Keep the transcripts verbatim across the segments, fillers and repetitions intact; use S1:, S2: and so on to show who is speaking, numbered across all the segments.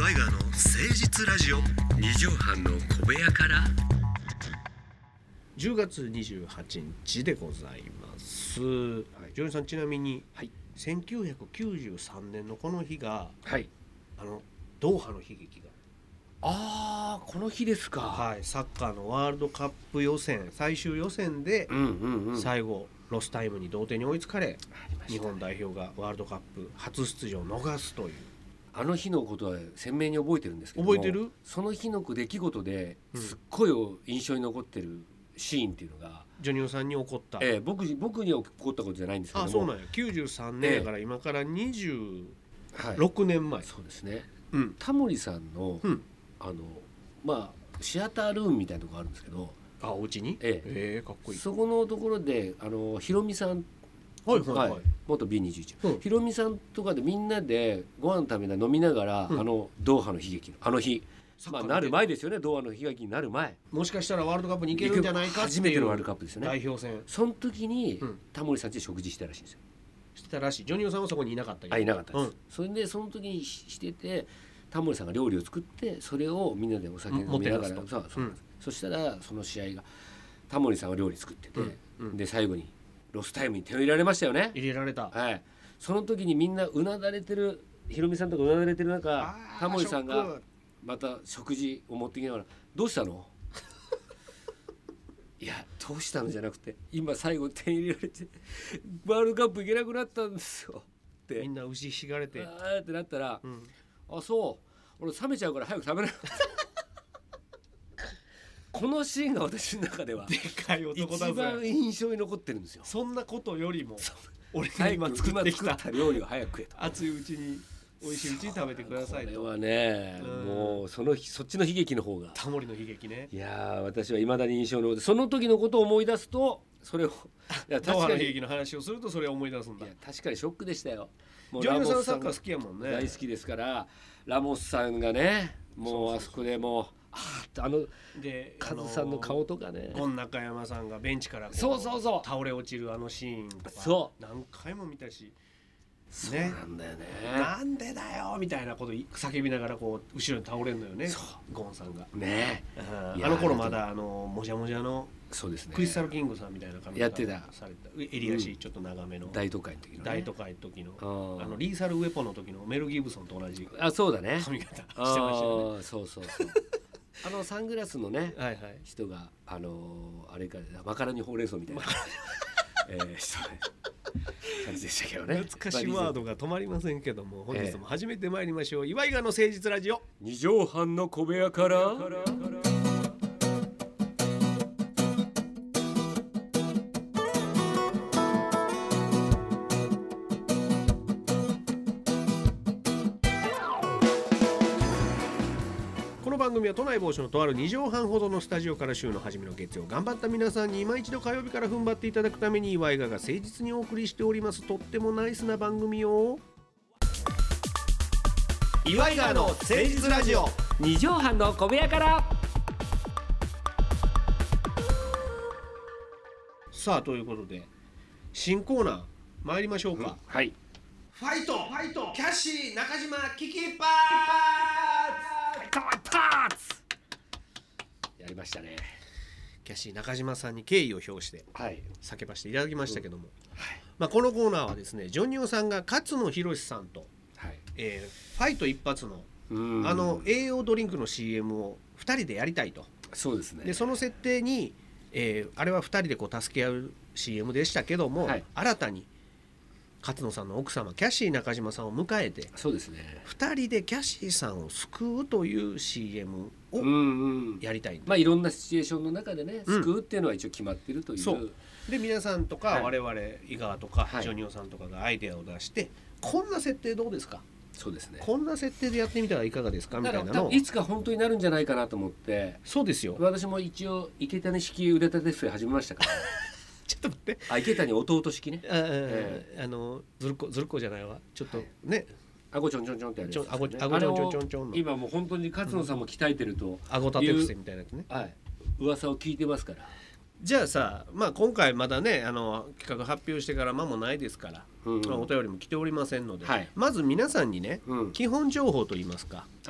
S1: 岩井川の誠実ラジオ。
S2: 二畳半の小部屋から
S3: じゅうがつにじゅうはちにちでございます、はい、ジョニーさん、ちなみに、はい、せんきゅうひゃくきゅうじゅうさんねんのこの日が、はい、あのドーハの悲劇が
S2: あーこの日ですか、
S3: はい、サッカーのワールドカップ予選最終予選で、うんうんうん、最後ロスタイムに同点に追いつかれ、ね、日本代表がワールドカップ初出場を逃すという
S2: あの日のことは鮮明に覚えてるんですけども、
S3: 覚えてる？そ
S2: の日の出来事ですっごい印象に残ってるシーンっていうのが、
S3: ジョニオさんに起こった、
S2: ええ、僕, 僕には起こったことじゃないんですけども、
S3: あ、そうなんや。きゅうじゅうさんねんやから、ええ、今からにじゅうろくねんまえ、
S2: はい、そうですね、
S3: うん、
S2: タモリさんの、うん、あのまあシアタールームみたいなところあるんですけど、
S3: あ、お家に、
S2: え
S3: ええー、かっこいい。
S2: そこのところであのヒロミさん、
S3: はいはいはい、
S2: はい、元 ビーにじゅういち、うん、ヒロミさんとかでみんなでご飯食べな飲みながら、うん、あのドーハの悲劇のあの日、まあ、なる前ですよね。ドーハの悲劇になる前、
S3: もしかしたらワールドカップに行けるんじゃないかっていう
S2: 初めてのワールドカップですよね、
S3: 代表戦。
S2: その時に、うん、タモリさんち食事してたらしいんですよ。
S3: してたらしい。ジョニオさんはそこにいなかったけど。
S2: あ、いなかったです、うん、それでその時にしてて、タモリさんが料理を作ってそれをみんなでお酒飲みながら、そうそう、うん、そしたらその試合がタモリさんが料理作ってて、うんうん、で最後にロスタイムに手を入れられましたよね。
S3: 入れられた、
S2: はい、その時にみんなうなだれてる、ヒロミさんとかうなだれてる中、タモリさんがまた食事を持ってきながら、どうしたのいや、どうしたのじゃなくて、今最後点入れられてワールドカップ行けなくなったんですよって
S3: みんな牛ひがれて、
S2: あーってなったら、うん、あ、そう俺冷めちゃうから早く食べないこのシーンが私の中では
S3: でかい男だぜ、
S2: 一番印象に残ってるんですよ。
S3: そんなことよりも俺が今作ってきた
S2: 料理を早く食えと、
S3: 熱いうちに美味しいうちに食べてくださいと。
S2: これはね、うん、もうそのそっちの悲劇の方が、
S3: タモリの悲劇ね。
S2: いや私は未だに印象に残って、その時のことを思い出すとそれを、
S3: いや、確かにドーハの悲劇の話をするとそれを思い出すんだ。
S2: いや、確かにショックでしたよ。
S3: ジョニオさんサッカー好きやもんね。
S2: 大好きですから、ラモスさんがね、もうあそこでもうあのでカズさんの顔とかね、
S3: ゴン中山さんがベンチから
S2: そうそうそう
S3: 倒れ落ちるあのシーンとか、
S2: そう
S3: 何回も見たし、
S2: そうなんだよね、
S3: なんでだよみたいなこと叫びながらこう後ろに倒れるのよね、ゴンさんが
S2: ね。
S3: あの頃まだあのもじゃもじゃの、
S2: そうですね、
S3: クリスタルキングさんみたいな感じ
S2: やってた
S3: された、襟足ちょっと長めの、
S2: うん、大都会の時の、ね、
S3: 大都会の時のあのリーサルウェポンの時のメル・ギブソンと同じ、
S2: あ、そうだね、
S3: 髪型してましたよね。
S2: そうそうそうあのサングラスのね、はいはい、人があのー、あれかマカロニほうれん草みたいな、えー、人ね感じでしたけどね。
S3: 懐かしいワードが止まりませんけども、本日も始めてまいりましょう、えー、岩井川の誠実ラジオ、
S2: 二畳半の小部屋から。
S3: この番組は都内某所のとあるに畳半ほどのスタジオから週の初めの月曜、頑張った皆さんに今一度火曜日から踏ん張っていただくために岩井川が誠実にお送りしております、とってもナイスな番組を、岩井川の誠実ラジオ、
S2: 二畳半の小部屋から。
S3: さあ、ということで新コーナー参りましょうか、うん、
S2: はい、
S3: ファイトファイトキャッシー中島キキパ
S2: ーツやりましたね。
S3: キャッシー中島さんに敬意を表して叫ばせていただきましたけども、うん、はい、まあ、このコーナーはですね、ジョニオさんが勝野博さんと、はい、えー、ファイト一発のあの栄養ドリンクの シーエム をふたりでやりたいと。
S2: そうですね。
S3: でその設定に、えー、あれはふたりでこう助け合う シーエム でしたけども、はい、新たに勝野さんの奥様キャッシー中島さんを迎えて、
S2: そうですね、
S3: ふたりでキャッシーさんを救うという シーエム をやりたい、うんうん、
S2: まあ、いろんなシチュエーションの中でね、救うっていうのは一応決まってるという、
S3: そうで皆さんとか、はい、我々井川とか、はい、ジョニオさんとかがアイデアを出して、こんな設定どうですか、
S2: そうですね、
S3: こんな設定でやってみたらいかがですかみたいなのを、
S2: いつか本当になるんじゃないかなと思って。
S3: そうですよ、
S2: 私も一応池谷式腕立て伏せ始めましたから
S3: ちょっと待って、
S2: あ、池谷弟式ね、あ、
S3: えー、あのずるこずるこじゃないわ、ちょっとね、はい、
S2: 顎ちょんちょんちょんってやるやつ、ね、
S3: 顎ちょんちょんちょんちょんの
S2: 今もう本当に勝野さんも鍛えてるという、うん、
S3: 顎立て伏せみたいなやつね、
S2: はい、噂を聞いてますから。
S3: じゃあさ、まあ、今回まだね、あの企画発表してから間もないですから、うんうん、まあ、お便りも来ておりませんので、はい、まず皆さんにね、うん、基本情報といいますか、はい、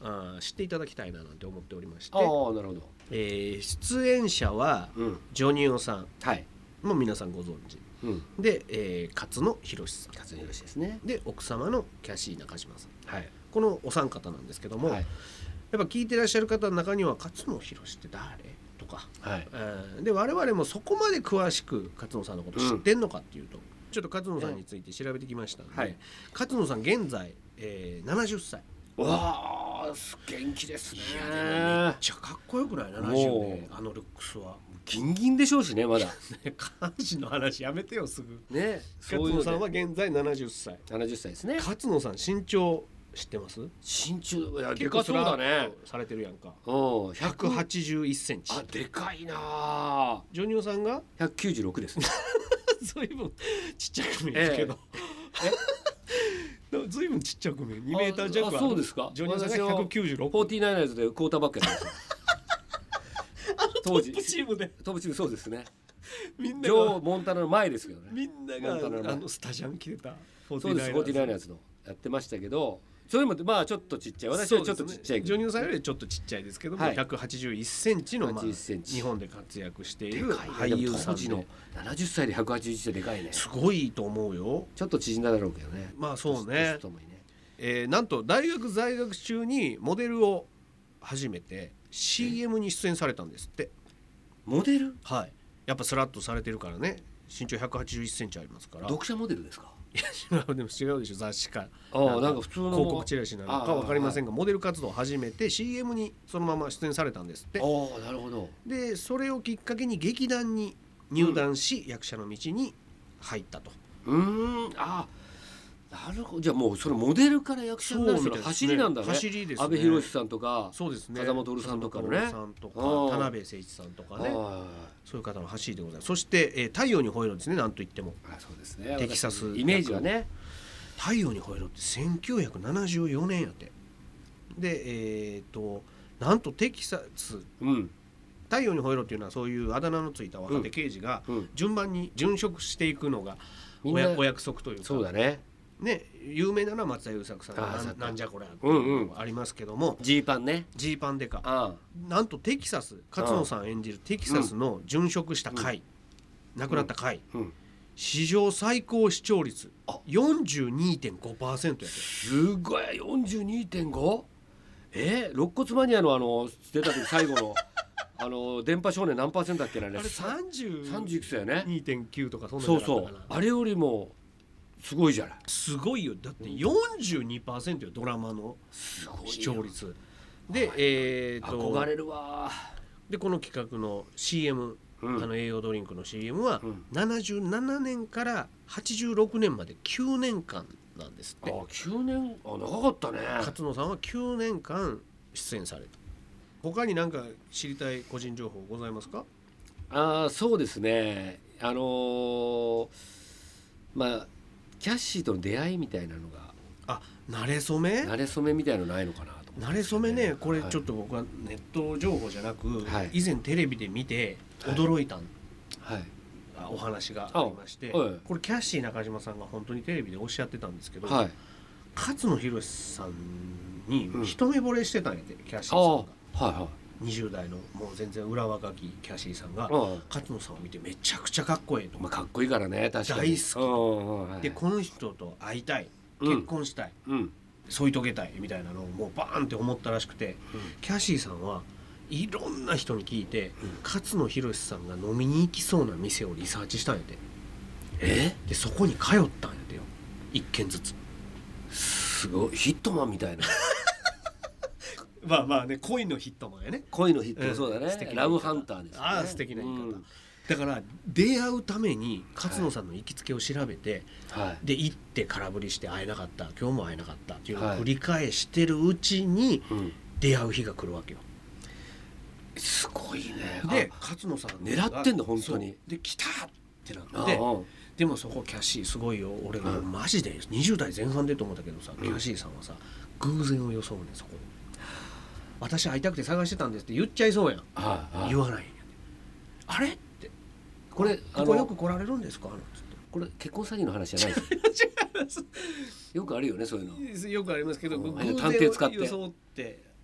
S3: あ知っていただきたいななんて思っておりまして、
S2: ああなるほど、
S3: えー、出演者は、うん、ジョニオさん、はい、もう皆さんご存知、うん、で、えー、勝野博さん、
S2: 勝野博ですね、
S3: で奥様のキャシー中島さん、はい、このお三方なんですけども、はい、やっぱ聞いてらっしゃる方の中には勝野博って誰とか、はいえー、で我々もそこまで詳しく勝野さんのこと知ってんのかっていうと、うん、ちょっと勝野さんについて調べてきましたので、はい、勝野さん現在、えー、ななじゅっさい。
S2: わあ元気ですね。
S3: いやでもめっちゃかっこよくない？ななじゅうであのルックスは
S2: ギンギンでしょうしねまだ
S3: 下半身の話やめてよすぐ
S2: ね。
S3: 勝野さんは現在ななじゅっさい。
S2: ななじゅっさいですね。
S3: 勝野さん身長知ってます？
S2: 身長いやでかそうだね。
S3: されてるやんか。
S2: うん
S3: ひゃくはちじゅういっセンチ。
S2: あでかいな。
S3: ジョニオさんが
S2: ひゃくきゅうじゅうろくですね
S3: ずいぶんちっちゃく見えるけど、ええずいぶんちっちゃく見える。にメーター弱ある。
S2: あそうですか。
S3: ジョニオさんがひゃくきゅうじゅうろく。
S2: フォーティーナイナーズでクォーターバックやってました
S3: 当時トップチームで
S2: トップチームそうですね。
S3: みんな
S2: ジョー・モンタナの前ですけどね。
S3: みんながあのスタジャン着てた
S2: フォーティーナイナーズ。そうですフォーティーナイナーズのやってましたけど、それもまあちょっとちっちゃい。私はちょっとちっちゃい、ね、
S3: ジョニオさんよりちょっとちっちゃいですけども、はい、ひゃくはちじゅういっセンチの、まあ、日本で活躍している俳優さんで、
S2: のななじゅっさいでひゃくはちじゅういっってでかいね。
S3: すごいと思うよ。
S2: ちょっと縮んだだろうけどね。
S3: まあそうね。えー、なんと大学在学中にモデルを始めて シーエム に出演されたんですって。
S2: モデル？
S3: はい。やっぱスラッとされてるからね。身長ひゃくはちじゅういっセンチありますから。
S2: 読者モデルですか？
S3: いやでも違うでしょ。雑誌か
S2: あなんか普通の
S3: 広告チラシなのか分かりませんが、モデル活動を始めて シーエム にそのまま出演されたんですって。
S2: ああなるほど。
S3: でそれをきっかけに劇団に入団し、うん、役者の道に入ったと。
S2: うーんあなるほど。じゃあもうそれモデルから役者になるの走りなんだね。
S3: 走りですね。
S2: 阿部寛さんとか
S3: そうですね。
S2: 風間徹さんとかのね。
S3: さんとか田辺誠一さんとかね。そういう方の走りでございます。そして、えー、太陽に吠えろですね。なんといっても。
S2: あそうですね。
S3: テキサス
S2: イメージはね。
S3: 太陽に吠えろってせんきゅうひゃくななじゅうよねんやって。でえっ、ー、となんとテキサス、うん、太陽に吠えろっていうのはそういうあだ名のついた若手刑事が順番に殉職していくのが お, やお約束というか。
S2: そうだね。
S3: ね、有名なのは松田優作さんが な, なんじゃこれっていうのがありますけども、
S2: ジーパンね。
S3: ジーパンデカ。ああなんとテキサス勝野さん演じるテキサスの殉職した回、うん、亡くなった回、うんうん、史上最高視聴率 よんじゅうにてんごパーセント やってる。
S2: すごい よんじゅうにてんご？ えー、肋骨マニアのあの出た時最後のあの電波少年何パーセントだっけな。あれ
S3: さんじゅう、
S2: さんじゅういくつだよね。
S3: にてんきゅうとかそんなのだったかな。そうそう
S2: あれよりもすごいじゃない。
S3: すごいよ。だって よんじゅうにパーセント よドラマの視聴率で、えー、と
S2: 憧れるわ。
S3: でこの企画の シーエム、うん、あの栄養ドリンクの シーエム はななじゅうななねんからはちじゅうろくねんまできゅうねんかんなんですって。
S2: あきゅうねんあ長かったね。
S3: 勝野さんはきゅうねんかん出演された。他に何か知りたい個人情報ございますか？
S2: あそうですねあのー、まあキャッシーとの出会いみたいなのが
S3: あ慣れ初め
S2: 慣れ初めみたいなのないのかなと思って、ね、
S3: 慣れ初めねこれちょっと僕はネット情報じゃなく、はい、以前テレビで見て驚いた、はいはい、お話がありまして、はい、これキャッシー中島さんが本当にテレビでおっしゃってたんですけど、はい、勝野博さんに一目惚れしてたんやって、うん、キャッシーさんが、はいはい、にじゅう代のもう全然裏若きキャシーさんが勝野さんを見てめちゃくちゃかっこいいと、
S2: まあ、かっこいいからね確かに
S3: 大好きでこの人と会いたい結婚したい、うん、添い遂げたいみたいなのをもうバーンって思ったらしくて、うん、キャシーさんはいろんな人に聞いて、うん、勝野博さんが飲みに行きそうな店をリサーチしたんやて。えでそこに通ったんやてよ一軒ずつ。
S2: すごいヒットマンみたいな
S3: まあまあね恋のヒットマンやね。
S2: 恋のヒットマン、うん、そうだね。ラブハンターですね。
S3: ああ素敵な言い方、うん、だから出会うために勝野さんの行きつけを調べて、はい、で行って空振りして会えなかった今日も会えなかったっていうのを繰り返してるうちに出会う日が来るわけよ、
S2: うん、すごいね。
S3: で勝野さん
S2: 狙ってんだ本当に。
S3: で来たってなってでもそこキャッシーすごいよ俺がマジでにじゅう代前半でと思ったけどさ、うん、キャッシーさんはさ偶然を装うねそこで私会いたくて探してたんですって言っちゃいそうやん、はあはあ、言わないんやね。あれってこれここよく来られるんですかなんつって
S2: これ結婚詐欺の話じゃないですよくあるよねそういうの。
S3: よくありますけど、うん、
S2: 探偵使って
S3: 装って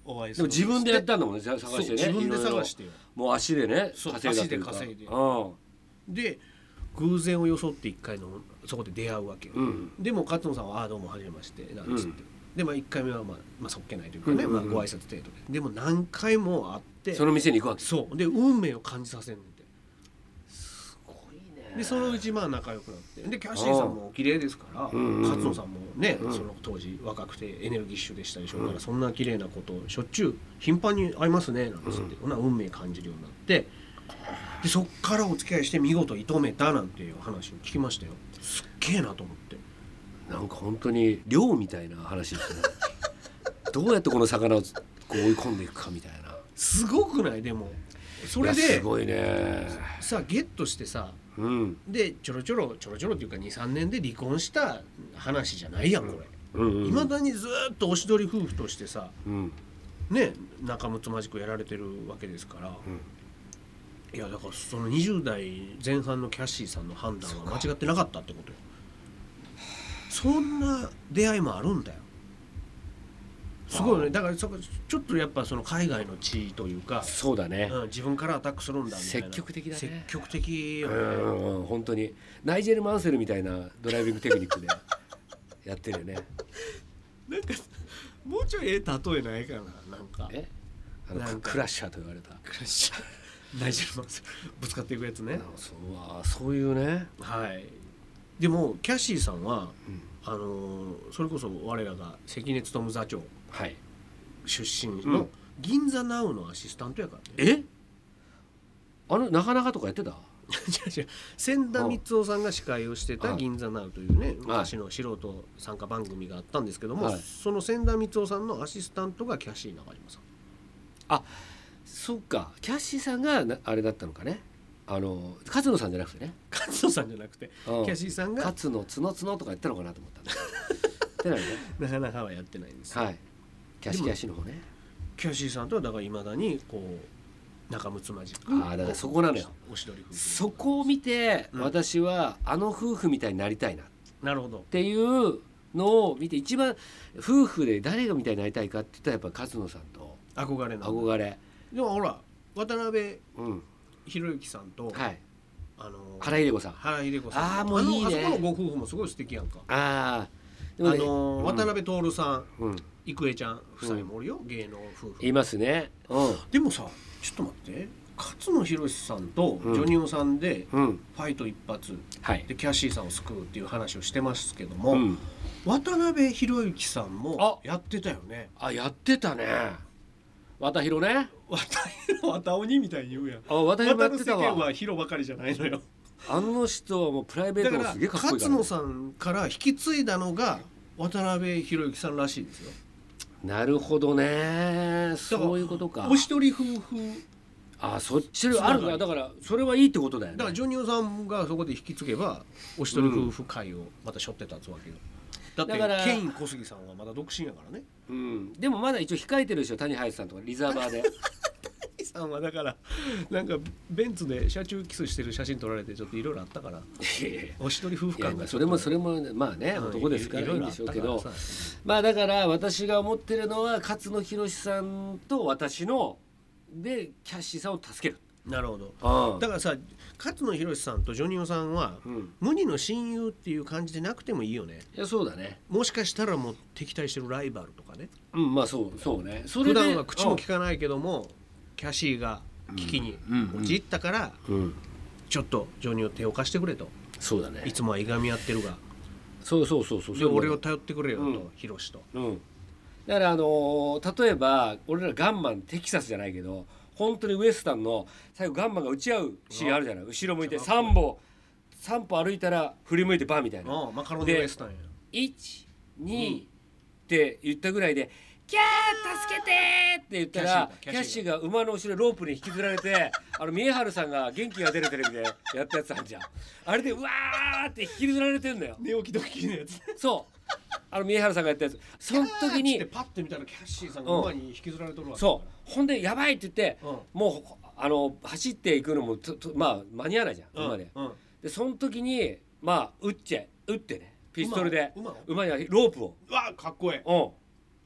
S3: お会いす
S2: る。でも自分でやったんだもんね、探してね。
S3: 自分で探してよ。
S2: もう足でね
S3: 稼いだというか。足で稼いで。うん、で偶然を装って一回のそこで出会うわけよ、うん、でも勝野さんはああどうもはじめましてなんつって、うん、でまあいっかいめはまあ、まあ、そっけないというかね、うんうんうん、まあ、ご挨拶程度ででも何回も会って
S2: その店に行くわけ。
S3: そうで運命を感じさせるんで、
S2: すごいね。
S3: でそのうちまあ仲良くなってでキャッシーさんもお綺麗ですから、うんうん、勝野さんもね、うん、その当時若くてエネルギッシュでしたでしょうから、うん、そんな綺麗なことをしょっちゅう頻繁に会いますねなんつって、うん、運命感じるようになってでそっからお付き合いして見事射止めたなんていう話を聞きましたよ。すっげえなと思って。
S2: なんか本当に漁みたいな話ですねどうやってこの魚をこう追い込んでいくかみたいな。
S3: すごくない？でもそれで、
S2: すごいね。
S3: さあゲットしてさ、
S2: うん、
S3: でちょろちょろちょろちょろっていうか にさんねんで離婚した話じゃないやんこれ。いま、うんうんうん、だにずっとおしどり夫婦としてさ、うん、ね仲睦まじくやられてるわけですから、うん、いやだからそのにじゅう代前半のキャッシーさんの判断は間違ってなかったってことよ。そんな出会いもあるんだよ。すごいよね。だからそこちょっとやっぱその海外の地というか、
S2: そうだね、
S3: うん、自分からアタックするんだみたいな。
S2: 積極的だね。
S3: 積極的よね。
S2: うんうん、本当にナイジェル・マンセルみたいなドライビングテクニックでやってるよね
S3: なんかもうちょいええ例えないかな。なんか
S2: えあのクラッシャーと言われた
S3: クラッシャーナイジェル・マンセルぶつかっていくやつね。
S2: そうそういうね。
S3: はい。でもキャッシーさんは、うん、あのー、それこそ我らが関根勤座長、はい、出身の銀座ナウのアシスタントやから
S2: ね。えあのなかなかとかやってた
S3: 違う違う千田光雄さんが司会をしてた銀座ナウというね昔の素人参加番組があったんですけども、はい、その千田光雄さんのアシスタントがキャッシー中島さん。
S2: あ、そっか。キャッシーさんがあれだったのかね。あの勝野さんじゃなくてね。
S3: 勝野さんじゃなくてキャッシーさんが
S2: 勝野角角とかやったのかなと思ったんだってないね。
S3: なかなかはやってないんです。
S2: はい。キャッシーキャッシーの方ね。
S3: キャッシーさんとはだから未だにこう仲睦まじく。
S2: ああだからそこなのよ。
S3: おしどり夫婦。
S2: そこを見て、うん、私はあの夫婦みたいになりたいな。
S3: なるほど。
S2: っていうのを見て一番夫婦で誰がみたいになりたいかって言ったらやっぱ勝野さんと
S3: 憧れな
S2: 憧れ。
S3: でもほら渡辺裕之さんと、
S2: はい。
S3: あの
S2: 原秀子さん。
S3: 原秀子さん。
S2: ああもういいね。
S3: あそこのご夫婦もすごい素敵やんか。
S2: ああ。
S3: でもね、あのーうん、渡辺徹さん、うん、郁恵ちゃん夫妻もおるよ、うん、芸能夫婦。
S2: いますね。うん。
S3: でもさ、ちょっと待って、勝野博さんとジョニオさんで、うん、ファイト一発、はい、でキャッシーさんを救うっていう話をしてますけども、うん、渡辺裕之さんもやってたよね。
S2: あ、あやってたね。渡弘ね。
S3: 渡弘渡鬼みたいに言うやん。
S2: あ、渡弘もやってたわ。
S3: 渡る世間は広ばかりじゃないのよ。
S2: あの人はもうプライベートもすげえかっこいいから、ね、
S3: 勝野さんから引き継いだのが渡辺裕之さんらしいですよ。
S2: なるほどね。そういうことか。
S3: お一人夫婦。
S2: あ、そっちあるからだからそれはいいってことだよね。
S3: だからジョニオさんがそこで引き継げばお一人夫婦会をまた背負って立つわけよ。だってケイン小杉さんはまだ独身やからね。
S2: うん。でもまだ一応控えてるでしょ。谷隼さんとかリザーバーで。
S3: 谷さんはだからなんかベンツで車中キスしてる写真撮られてちょっといろいろあったからお一人夫婦感が
S2: それもそれもまあね、うん、男ですからいいんでしょうけど、まあだから私が思ってるのは勝野博さんと私のでキャッシーさんを助ける。
S3: なるほど。だからさ勝野博さんとジョニオさんは、うん、無二の親友っていう感じでなくてもいいよね。
S2: いやそうだね。
S3: もしかしたらもう敵対してるライバルとかね。
S2: うんまあそうそうね。
S3: それで普段は口も聞かないけどもキャッシーが危機に陥ったから、うんうんうん、ちょっとジョニオ手を貸してくれと。
S2: そうだね。
S3: いつもはいがみ合ってるが。
S2: そうそうそうそう。
S3: で俺を頼ってくれよとヒロシと。
S2: うん。だからあのー、例えば俺らガンマンテキサスじゃないけど。本当にウエスタンの最後ガンマンが打ち合うシーンあるじゃない。後ろ向いてさん歩さん歩歩いたら振り向いてバーみたいな。
S3: ああマカロニウエスタンや。
S2: いち、にって言ったぐらいでキャー助けてって言ったらキャッシーが馬の後ろロープに引きずられてあの三重春さんが元気が出るテレビでやったやつあるじゃん。あれでうわーって引きずられてんだよ。
S3: 寝起きドッキリのやつ。
S2: そうあの三重春さんがやったやつ。その時に
S3: パッて見たらキャッシーさんが馬に引きずられとるわけ。
S2: そうほんでやばいって言って、うん、もうあの走っていくのもととまあ間に合わないじゃん、うん、馬で、うん、でその時にまあ撃っちゃ撃ってねピストルで馬にロープを。
S3: うわかっこいい。
S2: うん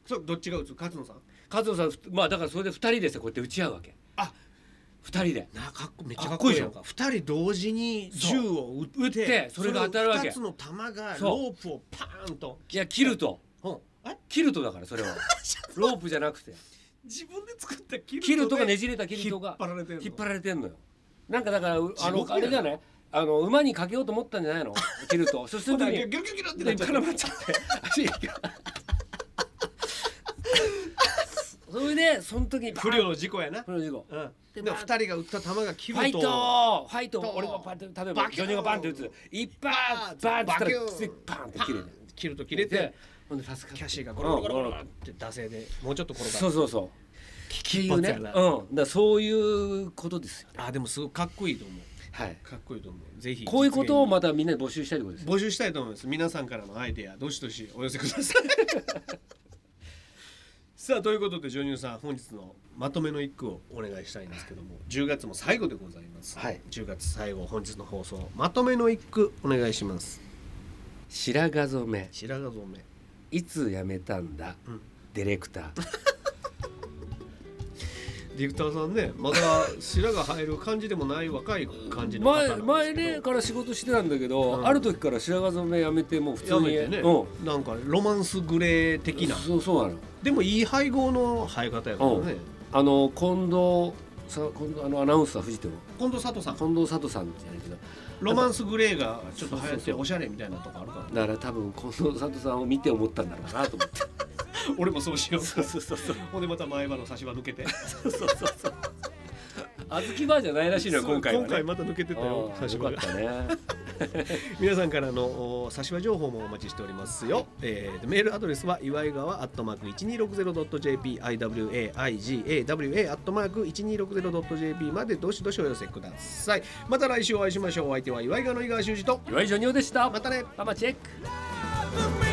S3: そうどっちが打つ勝野さん
S2: 勝野さんまあだからそれでふたりでさこうやって打ち合うわけ。
S3: あ
S2: ふたりで
S3: なかっこめっちゃかっこいいじゃんか。ふたり同時に銃を撃って
S2: 撃ってそれが当たるわけ。
S3: ふたつの弾がロープをパーンと
S2: いやキルト、
S3: うん、え
S2: キルトだからそれはロープじゃなくて
S3: 自分で作ったキルト
S2: キルトがねじれたキルトが
S3: 引っ張られてんの
S2: 引っ張られてんのよ。なんかだからあのあれじゃないあの馬にかけようと思ったんじゃないのキルト。そしてその時に
S3: ギュギュギュってなっちゃって
S2: 絡まっちゃって足がそれでその時に
S3: 不慮の事故やな。
S2: 不慮の事故、
S3: うん、でふたりが撃った弾がキルト
S2: ファイトファイト俺がパンって例えばジョニーがバンって撃つ一発バンってしたらパンって切れて
S3: キルト切れて
S2: ほんで助かって
S3: キャシーがゴロゴロゴロって惰性でもうちょっと転がって
S2: そうそうそうっていうね、うん、だからそういうことですよね。
S3: あでもすごくかっこいいと思う。
S2: はい、
S3: かっこいいと思う。ぜひ
S2: こういうことをまたみんなで募集したいところです、
S3: ね、募集したいと思います。皆さんからのアイデアどしどしお寄せくださいさあということでジョニオさん本日のまとめの一句をお願いしたいんですけどもじゅうがつも最後でございます、はい、じゅうがつ最後本日の放送まとめの一句お願いします。
S2: 白髪染め
S3: 白髪染め
S2: いつ辞めたんだ、うん、ディレクター
S3: ディレクターさんねまだ白が入る感じでもない若い感じの方なんですけど
S2: 前, 前ねから仕事してたんだけど、うん、ある時から白髪染めやめてもう普通に
S3: やめてね、うん、なんかロマンスグレー的な
S2: そうそうなの。
S3: でもいい配合の生え方やからね、うん、
S2: あの近藤さ近藤あのアナウンサーフジテレビ
S3: 近藤佐藤さん
S2: 近藤佐藤さんじゃないけど
S3: ロマンスグレーがちょっと流行っておしゃれみたいなとこあるから、ね、
S2: だから多分近藤佐藤さんを見て思ったんだろうなと思って
S3: 俺もそうしよう。
S2: そうそうそうそう
S3: ほんでまた前歯の差し歯抜けて
S2: そうそうそうそうあずきバーじゃないらしいのよ今回は、ね、
S3: 今回また抜けてたよ差し歯が
S2: よかったね
S3: 皆さんからの差し歯情報もお待ちしておりますよ、えー、メールアドレスは岩井川アットマーク いちにーろくゼロドットジェーピー アイダブリューエーアイジーエーダブリューエー アットマーク いちにーろくゼロドットジェーピー までどしどしお寄せください。また来週お会いしましょう。お相手は岩井川の井川修司と
S2: 岩井ジョニオでした。
S3: またね。
S2: ママチェック